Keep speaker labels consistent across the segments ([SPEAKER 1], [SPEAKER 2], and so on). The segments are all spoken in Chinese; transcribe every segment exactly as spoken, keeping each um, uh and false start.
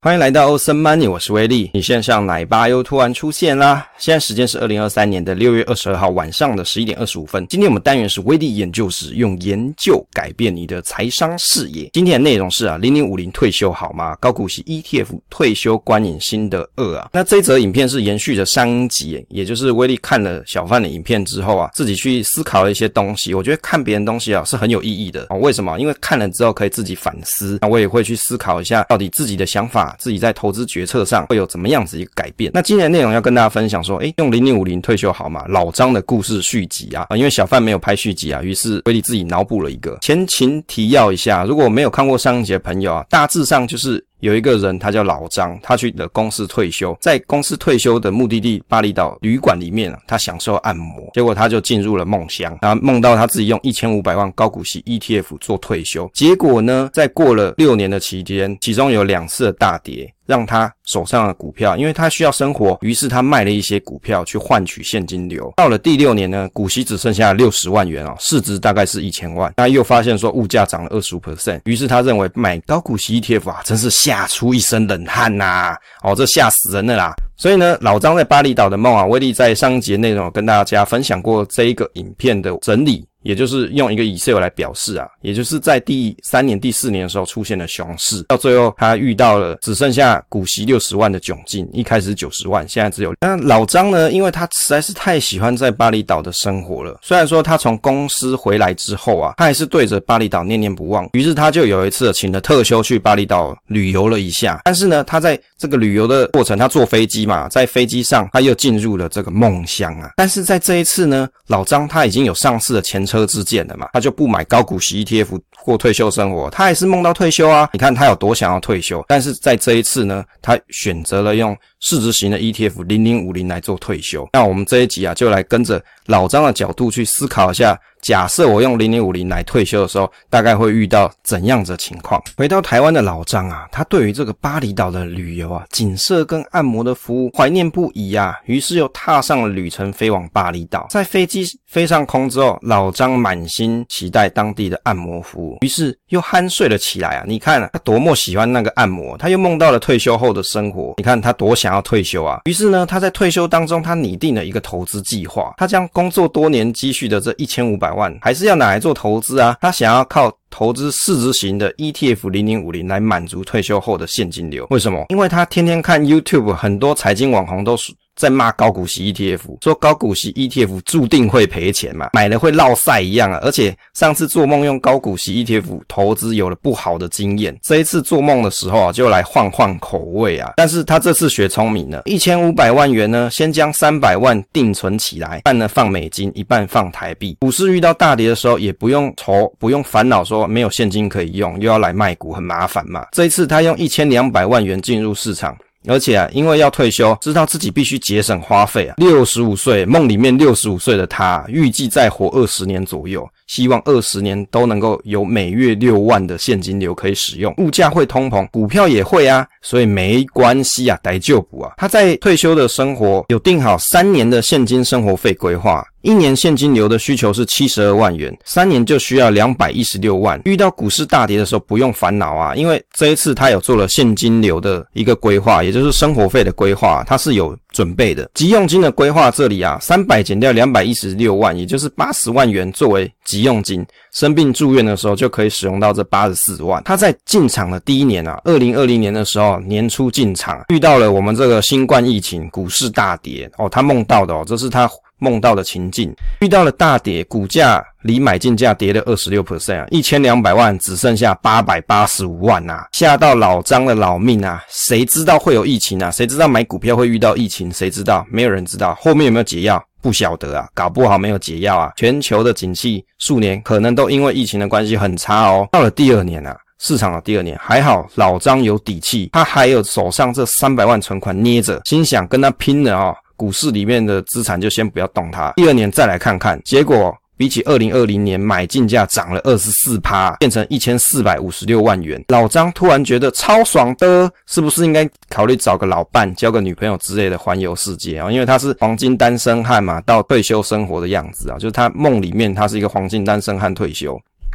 [SPEAKER 1] 欢迎来到欧森 Money， 我是威利。你线上奶爸又突然出现啦！现在时间是二零二三年的六月二十二号晚上的十一点二十五分。今天我们单元是威利研究室，用研究改变你的财商视野。今天的内容是啊，零零五零退休好吗？高股息 E T F 退休观影心得二啊。那这一则影片是延续着上一集，也就是威利看了小范的影片之后啊，自己去思考了一些东西。我觉得看别人东西啊是很有意义的哦。为什么？因为看了之后可以自己反思。那我也会去思考一下，到底自己的想法。自己在投资决策上会有怎么样子一个改变。那今天的内容要跟大家分享说，诶，用零零五零退休好吗？老张的故事续集啊，因为小范没有拍续集啊，于是威利自己脑补了一个。前情提要一下，如果没有看过上一集的朋友啊，大致上就是有一个人他叫老张，他去了公司退休，在公司退休的目的地巴厘岛旅馆里面啊，他享受按摩，结果他就进入了梦乡，然后梦到他自己用一千五百万高股息 E T F 做退休。结果呢，在过了六年的期间，其中有两次的大跌，让他手上的股票，因为他需要生活，于是他卖了一些股票去换取现金流。到了第六年呢，股息只剩下六十万元哦，市值大概是一千万。他又发现说物价涨了 百分之二十五， 于是他认为买高股息 E T F 啊，真是吓出一身冷汗呐、啊！哦，这吓死人了啦！所以呢，老张在巴厘岛的梦啊，威利在上一集的内容有跟大家分享过这一个影片的整理。也就是用一个 Excel 来表示啊，也就是在第三年第四年的时候出现了熊市，到最后他遇到了只剩下股息六十万的窘境，一开始九十万，现在只有。那老张呢，因为他实在是太喜欢在巴厘岛的生活了，虽然说他从公司回来之后啊，他还是对着巴厘岛念念不忘，于是他就有一次请了特休去巴厘岛旅游了一下。但是呢，他在这个旅游的过程，他坐飞机嘛，在飞机上他又进入了这个梦乡啊。但是在这一次呢，老张他已经有上市的前车之鉴了嘛，他就不买高股息 E T F 过退休生活，他还是梦到退休啊。你看他有多想要退休，但是在这一次呢，他选择了用市值型的 E T F 零零五零来做退休。那我们这一集啊，就来跟着老张的角度去思考一下，假设我用零零五零来退休的时候，大概会遇到怎样的情况。回到台湾的老张啊，他对于这个巴厘岛的旅游啊，景色跟按摩的服务怀念不已啊，于是又踏上了旅程，飞往巴厘岛。在飞机飞上空之后，老张满心期待当地的按摩服务，于是又酣睡了起来啊。你看啊，他多么喜欢那个按摩，他又梦到了退休后的生活，你看他多想要退休啊。于是呢，他在退休当中，他拟定了一个投资计划，他将工作多年积蓄的这一千五百万还是要拿来做投资啊，他想要靠投资市值型的 E T F 零零五零来满足退休后的现金流。为什么？因为他天天看 YouTube， 很多财经网红都在骂高股息 E T F， 说高股息 E T F 注定会赔钱嘛，买了会落赛一样啊。而且上次做梦用高股息 E T F 投资有了不好的经验，这一次做梦的时候啊，就来换换口味啊。但是他这次学聪明了，一千五百万元呢，先将三百万定存起来，一半呢放美金，一半放台币。股市遇到大跌的时候，也不用愁，不用烦恼说没有现金可以用，又要来卖股，很麻烦嘛。这一次他用一千两百万元进入市场。而且啊，因为要退休，知道自己必须节省花费啊。六十五岁，梦里面六十五岁的他，预计再活二十年左右，希望二十年都能够有每月六万的现金流可以使用。物价会通膨，股票也会啊，所以没关系啊，逮就补啊。他在退休的生活有定好三年的现金生活费规划。一年现金流的需求是七十二万元，三年就需要两百一十六万。遇到股市大跌的时候不用烦恼啊，因为这一次他有做了现金流的一个规划，也就是生活费的规划，他是有准备的。急用金的规划这里啊，三百减掉两百一十六万，也就是八十万元作为急用金，生病住院的时候就可以使用到这八十四万。他在进场的第一年啊，二零二零年的时候年初进场，遇到了我们这个新冠疫情，股市大跌哦，他梦到的哦，这是他梦到的情境，遇到了大跌，股价离买进价跌了 百分之二十六 啊，一千两百万只剩下八百八十五万啊，吓到老张的老命啊！谁知道会有疫情啊？谁知道买股票会遇到疫情？谁知道？没有人知道，后面有没有解药？不晓得啊，搞不好没有解药啊！全球的景气数年可能都因为疫情的关系很差哦。到了第二年啊，市场的第二年，还好老张有底气，他还有手上这三百万存款捏着，心想跟他拼了哦。股市里面的资产就先不要动它，第二年再来看看。结果比起二零二零年买进价涨了 百分之二十四， 变成一千四百五十六万元。老张突然觉得超爽的，是不是应该考虑找个老伴，交个女朋友之类的环游世界啊？因为他是黄金单身汉嘛，到退休生活的样子啊，就是他梦里面他是一个黄金单身汉退休。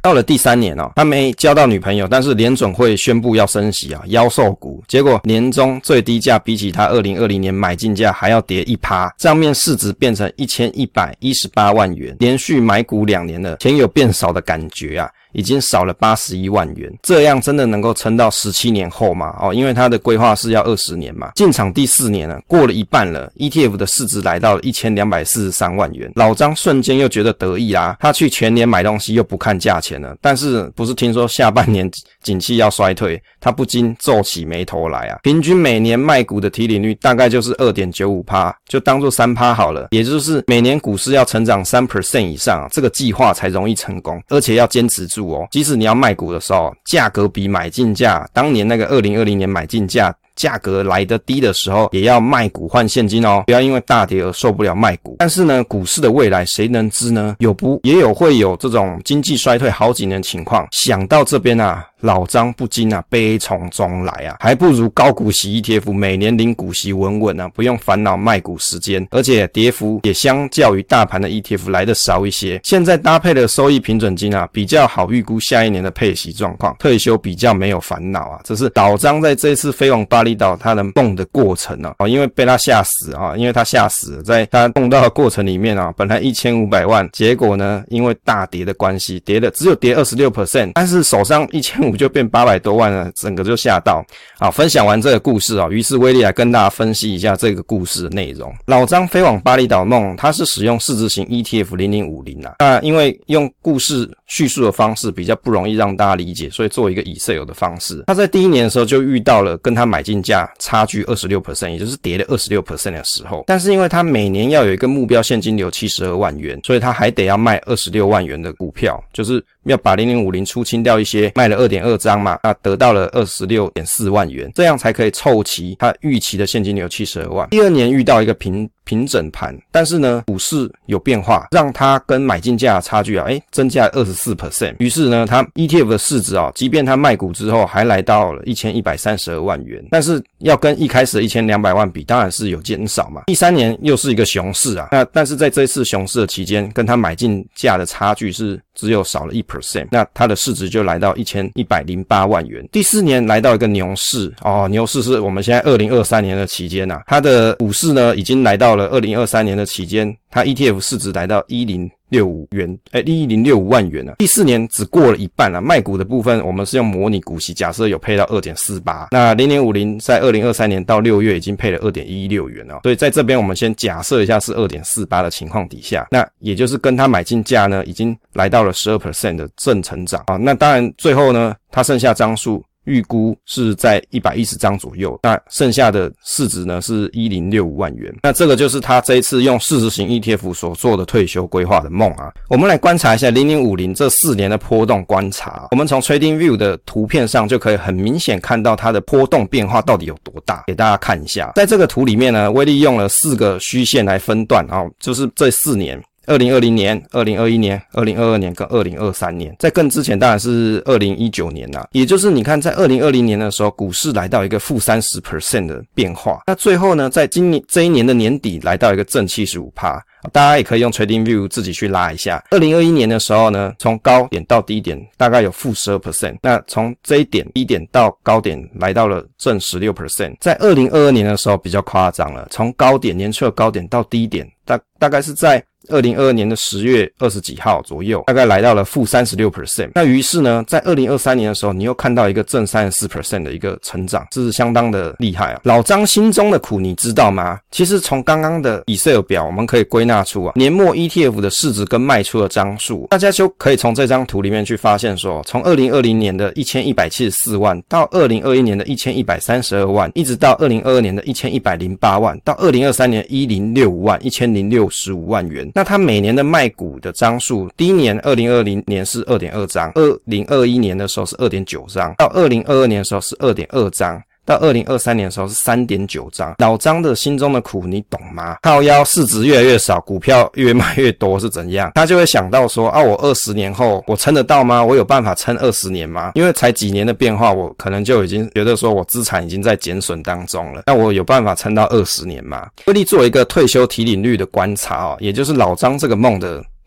[SPEAKER 1] 到了第三年哦，他没交到女朋友，但是联准会宣布要升息啊，妖兽股，结果年中最低价比起他二零二零年买进价还要跌 百分之一， 账面市值变成一千一百一十八万元，连续买股两年了，钱有变少的感觉啊，已经少了八十一万元，这样真的能够撑到十七年后吗？哦，因为他的规划是要二十年嘛，进场第四年了，过了一半了 ，E T F 的市值来到了一千两百四十三万元，老张瞬间又觉得得意啦，他去全年买东西又不看价钱了，但是不是听说下半年景气要衰退，他不禁皱起眉头来啊，平均每年卖股的提领率大概就是 百分之二点九五， 就当做 百分之三 好了，也就是每年股市要成长 百分之三 以上，这个计划才容易成功，而且要坚持住哦，即使你要卖股的时候，价格比买进价，当年那个二零二零年买进价价格来得低的时候，也要卖股换现金哦，不要因为大跌而受不了卖股。但是呢，股市的未来谁能知呢？有不也有会有这种经济衰退好几年的情况。想到这边啊，老张不禁啊悲从中来啊，还不如高股息 E T F 每年领股息稳稳啊，不用烦恼卖股时间，而且跌幅也相较于大盘的 E T F 来得少一些。现在搭配的收益平准金啊，比较好预估下一年的配息状况，退休比较没有烦恼啊。这是老张在这一次飞往巴厘岛他的梦的过程啊，因为被他吓死啊，因为他吓死了，在他梦到的过程里面啊，本来一千五百万，结果呢，因为大跌的关系，跌了只有跌 百分之二十六， 但是手上一千五百就变八百多万了，整个就吓到。好，分享完这个故事啊，于是威力来跟大家分析一下这个故事的内容。老张飞往巴厘岛梦，他是使用市值型 E T F 零零五零啊，那因为用故事叙述的方式比较不容易让大家理解，所以做一个以色有的方式。他在第一年的时候就遇到了跟他买进价差距 百分之二十六， 也就是跌了 百分之二十六 的时候，但是因为他每年要有一个目标现金流七十二万元，所以他还得要卖二十六万元的股票，就是要把零零五零出清掉一些，卖了 二点二 张嘛，那得到了 二十六点四万元，这样才可以凑齐他预期的现金流七十二万。第二年遇到一个平平整盘，但是呢股市有变化，让他跟买进价的差距啊，诶增加了 百分之二十四， 于是呢他 E T F 的市值啊，即便他卖股之后还来到了一千一百三十二万元，但是要跟一开始的一千两百万比，当然是有减少嘛。第三年又是一个熊市啊，那但是在这次熊市的期间，跟他买进价的差距是只有少了 百分之一， 那他的市值就来到一千一百零八万元。第四年来到一个牛市哦，牛市是我们现在二零二三年的期间啊，他的股市呢已经来到了二零二三年的期间，他 E T F 市值来到一千零六十五元，诶一千零六十五万元啊。第四年只过了一半啊，卖股的部分我们是用模拟股息，假设有配到 二点四八， 那零零五零在二零二三年到六月已经配了 二点一六元哦，所以在这边我们先假设一下是 二点四八 的情况底下，那也就是跟他买进价呢已经来到了 百分之十二 的正成长啊。那当然最后呢，他剩下张数预估是在一百一十张左右，那剩下的市值呢是一千零六十五万元。那这个就是他这一次用市值型 E T F 所做的退休规划的梦啊。我们来观察一下零零五零这四年的波动观察，我们从 TradingView 的图片上就可以很明显看到它的波动变化到底有多大，给大家看一下。在这个图里面呢，威力用了四个虚线来分段啊，就是这四年二零二零年、二零二一年、二零二二年跟二零二三年，在更之前当然是二零一九年啦，也就是你看在二零二零年的时候，股市来到一个负 百分之三十 的变化，那最后呢，在今年这一年的年底来到一个正 百分之七十五， 大家也可以用 TradingView 自己去拉一下。二零二一年的时候呢，从高点到低点大概有负 百分之十二， 那从这一点低点到高点来到了正 百分之十六， 在二零二二年的时候比较夸张了，从高点年初的高点到低点大大概是在二零二二年的十月二十几号左右，大概来到了负 百分之三十六。 那于是呢，在二零二三年的时候，你又看到一个正 百分之三十四 的一个成长，这是相当的厉害啊。老张心中的苦你知道吗？其实从刚刚的 Excel 表我们可以归纳出啊，年末 E T F 的市值跟卖出的张数，大家就可以从这张图里面去发现说，从二零二零年的一千一百七十四万到二零二一年的一千一百三十二万，一直到二零二二年的一千一百零八万，到二零二三年一千零六十五万，一千零六十五万元。那他每年的卖股的张数，第一年二零二零年是 二点二 张，二零二一年的时候是 二点九 张，到二零二二年的时候是 二点二 张，到二零二三年的时候是 三点九 张。老张的心中的苦你懂吗？靠腰市值越来越少，股票越卖越多是怎样？他就会想到说啊，我二十年后我撑得到吗？我有办法撑二十年吗？因为才几年的变化，我可能就已经觉得说我资产已经在减损当中了，那我有办法撑到二十年吗？威力做一个退休提领率的观察哦，也就是老张这个梦的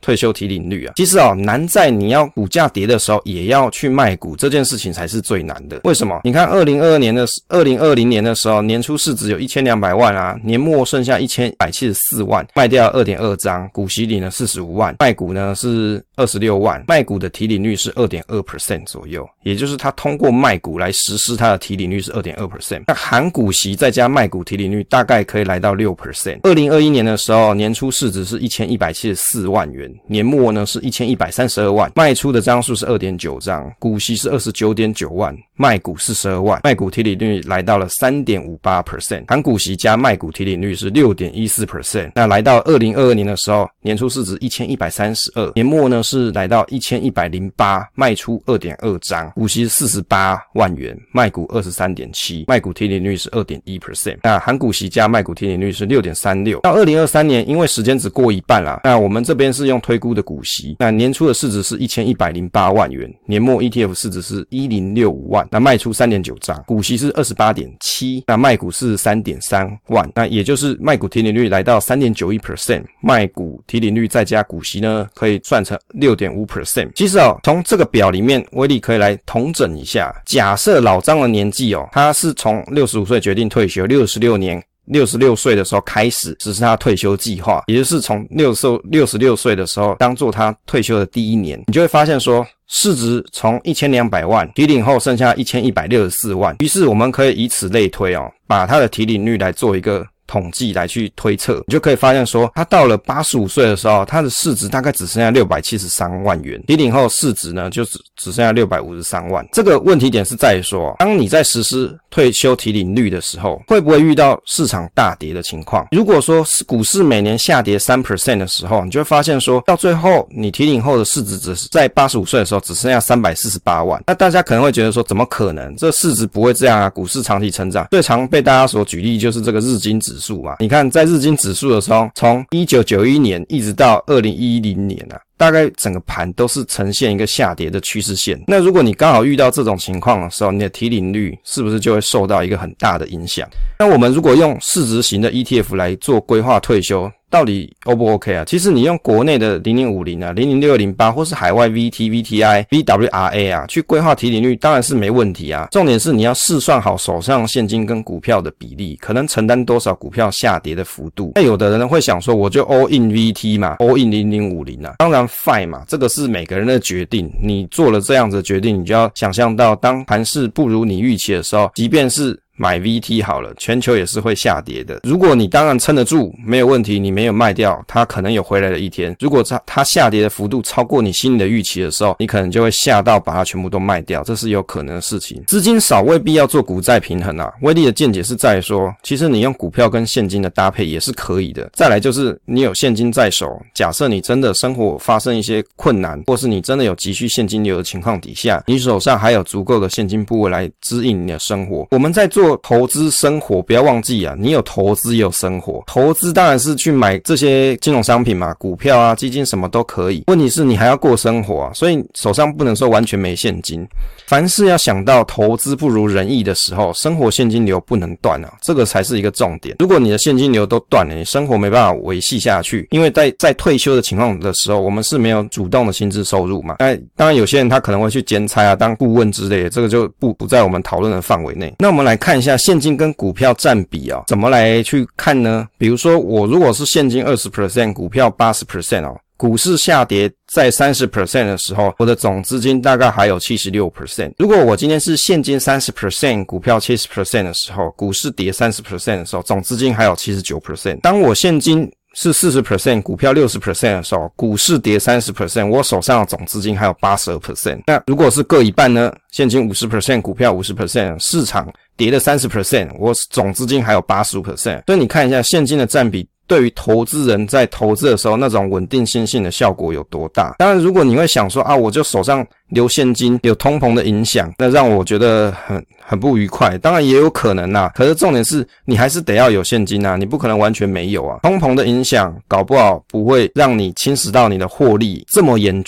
[SPEAKER 1] 退休提领率啊。其实哦，难在你要股价跌的时候也要去卖股，这件事情才是最难的。为什么？你看二零二二年的二零二零年的时候，年初市值有一千两百万啊，年末剩下一千一百七十四万，卖掉 二点二 张，股息领了四十五万，卖股呢是二十六万，卖股的提领率是 百分之二点二 左右，也就是他通过卖股来实施他的提领率是 百分之二点二。那含股息再加卖股提领率大概可以来到 百分之六。二零二一年的时候，年初市值是一千一百七十四万元，年末呢是一千一百三十二万，卖出的张数是 二点九 张，股息是 二十九点九万，卖股四十二万，卖股提领率来到了 百分之三点五八， 含股息加卖股提领率是 百分之六点一四。 那来到二零二二年的时候，年初市值一千一百三十二，年末呢是来到一千一百零八，卖出 二点二 张，股息四十八万元，卖股 二十三点七， 卖股提领率是 百分之二点一。 那含股息加卖股提领率是 六点三六。到二零二三年，因为时间只过一半啦，那我们这边是用推估的股息，那年初的市值是一千一百零八万元，年末 E T F 市值是一千零六十五万，那卖出 三点九 张，股息是 二十八点七， 那卖股是 三点三万，那也就是卖股提领率来到 三点九一， 卖股提领率再加股息呢可以算成 百分之六点五。 其实哦，从这个表里面威力可以来统整一下，假设老张的年纪哦，他是从六十五岁决定退休，六十六年六十六岁的时候开始实施他的退休计划，也就是从六十六岁的时候当做他退休的第一年，你就会发现说市值从一千两百万提领后剩下一千一百六十四万，于是我们可以以此类推哦，把他的提领率来做一个统计来去推测，你就可以发现说他到了八十五岁的时候，他的市值大概只剩下六百七十三万元，提领后市值呢就只只剩下六百五十三万。这个问题点是在于说，当你在实施退休提领率的时候，会不会遇到市场大跌的情况？如果说股市每年下跌 百分之三 的时候，你就会发现说到最后你提领后的市值只是在八十五岁的时候只剩下三百四十八万。那大家可能会觉得说怎么可能？这市值不会这样啊，股市长期成长。最常被大家所举例就是这个日经指数指数嘛，你看在日经指数的时候，从一九九一年一直到二零一零年啊，大概整个盘都是呈现一个下跌的趋势线。那如果你刚好遇到这种情况的时候，你的提领率是不是就会受到一个很大的影响？那我们如果用市值型的 E T F 来做规划退休，到底 O 不 OK 啊？其实你用国内的零零五零啊、零零六二零八或是海外 V T、V T I、V W R A 啊，去规划提领率当然是没问题啊。重点是你要试算好手上现金跟股票的比例，可能承担多少股票下跌的幅度。那有的人会想说，我就 all in V T 嘛 ，all in 零零五零啊。当然 fine 嘛，这个是每个人的决定。你做了这样子的决定，你就要想象到，当盘势不如你预期的时候，即便是买 V T 好了，全球也是会下跌的。如果你当然撑得住，没有问题，你没有卖掉，它可能有回来的一天。如果它它下跌的幅度超过你心里的预期的时候，你可能就会吓到把它全部都卖掉，这是有可能的事情。资金少未必要做股债平衡啊。威力的见解是在说，其实你用股票跟现金的搭配也是可以的。再来就是你有现金在手，假设你真的生活发生一些困难，或是你真的有急需现金流的情况底下，你手上还有足够的现金部位来支应你的生活。我们在做投资生活，不要忘记啊，你有投资也有生活。投资当然是去买这些金融商品嘛，股票啊、基金什么都可以。问题是你还要过生活啊，所以手上不能说完全没现金。凡事要想到投资不如人意的时候，生活现金流不能断啊，这个才是一个重点。如果你的现金流都断了，你生活没办法维系下去，因为在在退休的情况的时候，我们是没有主动的薪资收入嘛。那当然有些人他可能会去兼差啊，当顾问之类的，这个就不不在我们讨论的范围内。那我们来看一下现金跟股票占比啊，怎么来去看呢？比如说我如果是现金 百分之二十， 股票 百分之八十 哦，股市下跌在 百分之三十 的时候，我的总资金大概还有 百分之七十六。 如果我今天是现金 百分之三十， 股票 百分之七十 的时候，股市跌 百分之三十 的时候，总资金还有 百分之七十九。 当我现金是 百分之四十， 股票 百分之六十 的时候，股市跌 百分之三十， 我手上的总资金还有 百分之八十二。 那如果是各一半呢？现金 百分之五十， 股票 百分之五十， 市场跌了 百分之三十， 我总资金还有 百分之八十五。 所以你看一下现金的占比对于投资人在投资的时候那种稳定性性的效果有多大。当然如果你会想说啊，我就手上留现金，有通膨的影响，那让我觉得很很不愉快，当然也有可能啦。可是重点是你还是得要有现金啊，你不可能完全没有啊。通膨的影响搞不好不会让你侵蚀到你的获利这么严峻啊。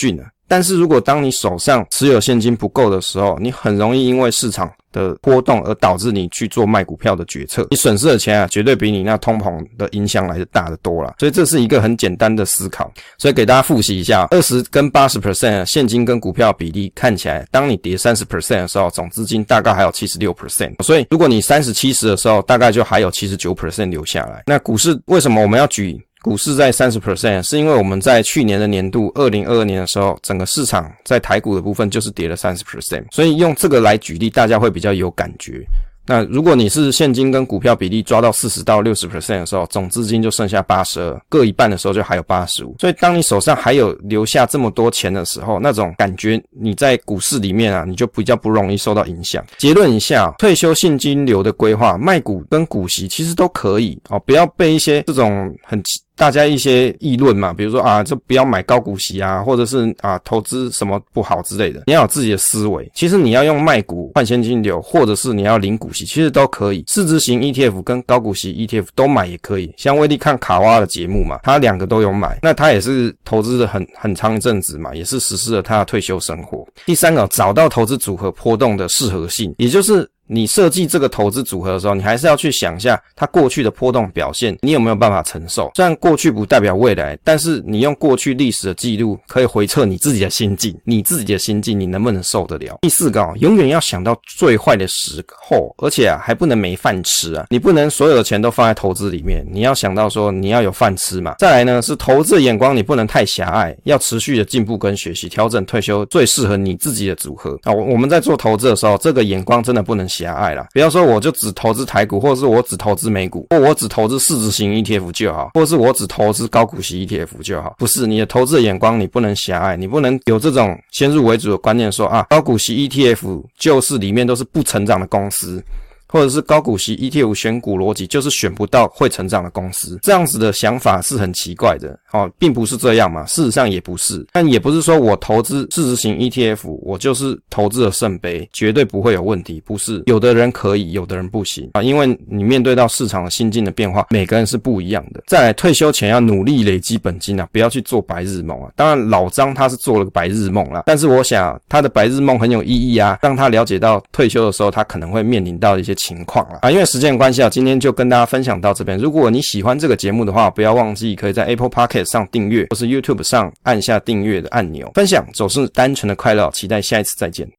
[SPEAKER 1] 但是如果当你手上持有现金不够的时候，你很容易因为市场的波动而导致你去做卖股票的决策，你损失的钱啊，绝对比你那通膨的影响来的大得多啦。所以这是一个很简单的思考，所以给大家复习一下 百分之二十 跟 百分之八十 现金跟股票比例看起来，当你跌 百分之三十 的时候，总资金大概还有 百分之七十六， 所以如果你三十七十的时候，大概就还有 百分之七十九 留下来。那股市为什么我们要举股市在 百分之三十， 是因为我们在去年的年度二零二二年的时候，整个市场在台股的部分就是跌了 百分之三十， 所以用这个来举例，大家会比较有感觉。那如果你是现金跟股票比例抓到 百分之四十到百分之六十 的时候，总资金就剩下八十二，各一半的时候就还有八十五。所以当你手上还有留下这么多钱的时候，那种感觉你在股市里面啊，你就比较不容易受到影响。结论一下，退休现金流的规划，卖股跟股息其实都可以哦，不要被一些这种很大家一些议论嘛，比如说啊，就不要买高股息啊，或者是啊投资什么不好之类的，你要有自己的思维。其实你要用卖股换现金流，或者是你要领股息，其实都可以。市值型 E T F 跟高股息 E T F 都买也可以。像威力看卡哇的节目嘛，他两个都有买，那他也是投资的很很长一阵子嘛，也是实施了他的退休生活。第三个，找到投资组合波动的适合性，也就是你设计这个投资组合的时候，你还是要去想一下它过去的波动表现，你有没有办法承受。虽然过去不代表未来，但是你用过去历史的记录可以回测你自己的心境，你自己的心境你能不能受得了。第四个哦，永远要想到最坏的时候，而且啊还不能没饭吃啊，你不能所有的钱都放在投资里面，你要想到说你要有饭吃嘛。再来呢，是投资的眼光你不能太狭隘，要持续的进步跟学习，调整退休最适合你自己的组合啊。我们在做投资的时候，这个眼光真的不能狭隘啦，不要说我就只投资台股，或者是我只投资美股，或我只投资市值型 E T F 就好，或者是我只投资高股息 E T F 就好。不是，你的投资的眼光你不能狭隘，你不能有这种先入为主的观念说啊，高股息 E T F 就是里面都是不成长的公司，或者是高股息 E T F 选股逻辑就是选不到会成长的公司，这样子的想法是很奇怪的哦，并不是这样嘛，事实上也不是。但也不是说我投资市值型 E T F 我就是投资了圣杯，绝对不会有问题，不是。有的人可以，有的人不行啊，因为你面对到市场的心境的变化，每个人是不一样的。再来，退休前要努力累积本金啊，不要去做白日梦啊。当然老张他是做了个白日梦啦，但是我想他的白日梦很有意义啊，让他了解到退休的时候他可能会面临到一些情况啦啊。因为时间关系啊，今天就跟大家分享到这边。如果你喜欢这个节目的话，不要忘记可以在 Apple Podcast 上订阅，或是 YouTube 上按下订阅的按钮。分享总是单纯的快乐，期待下一次再见。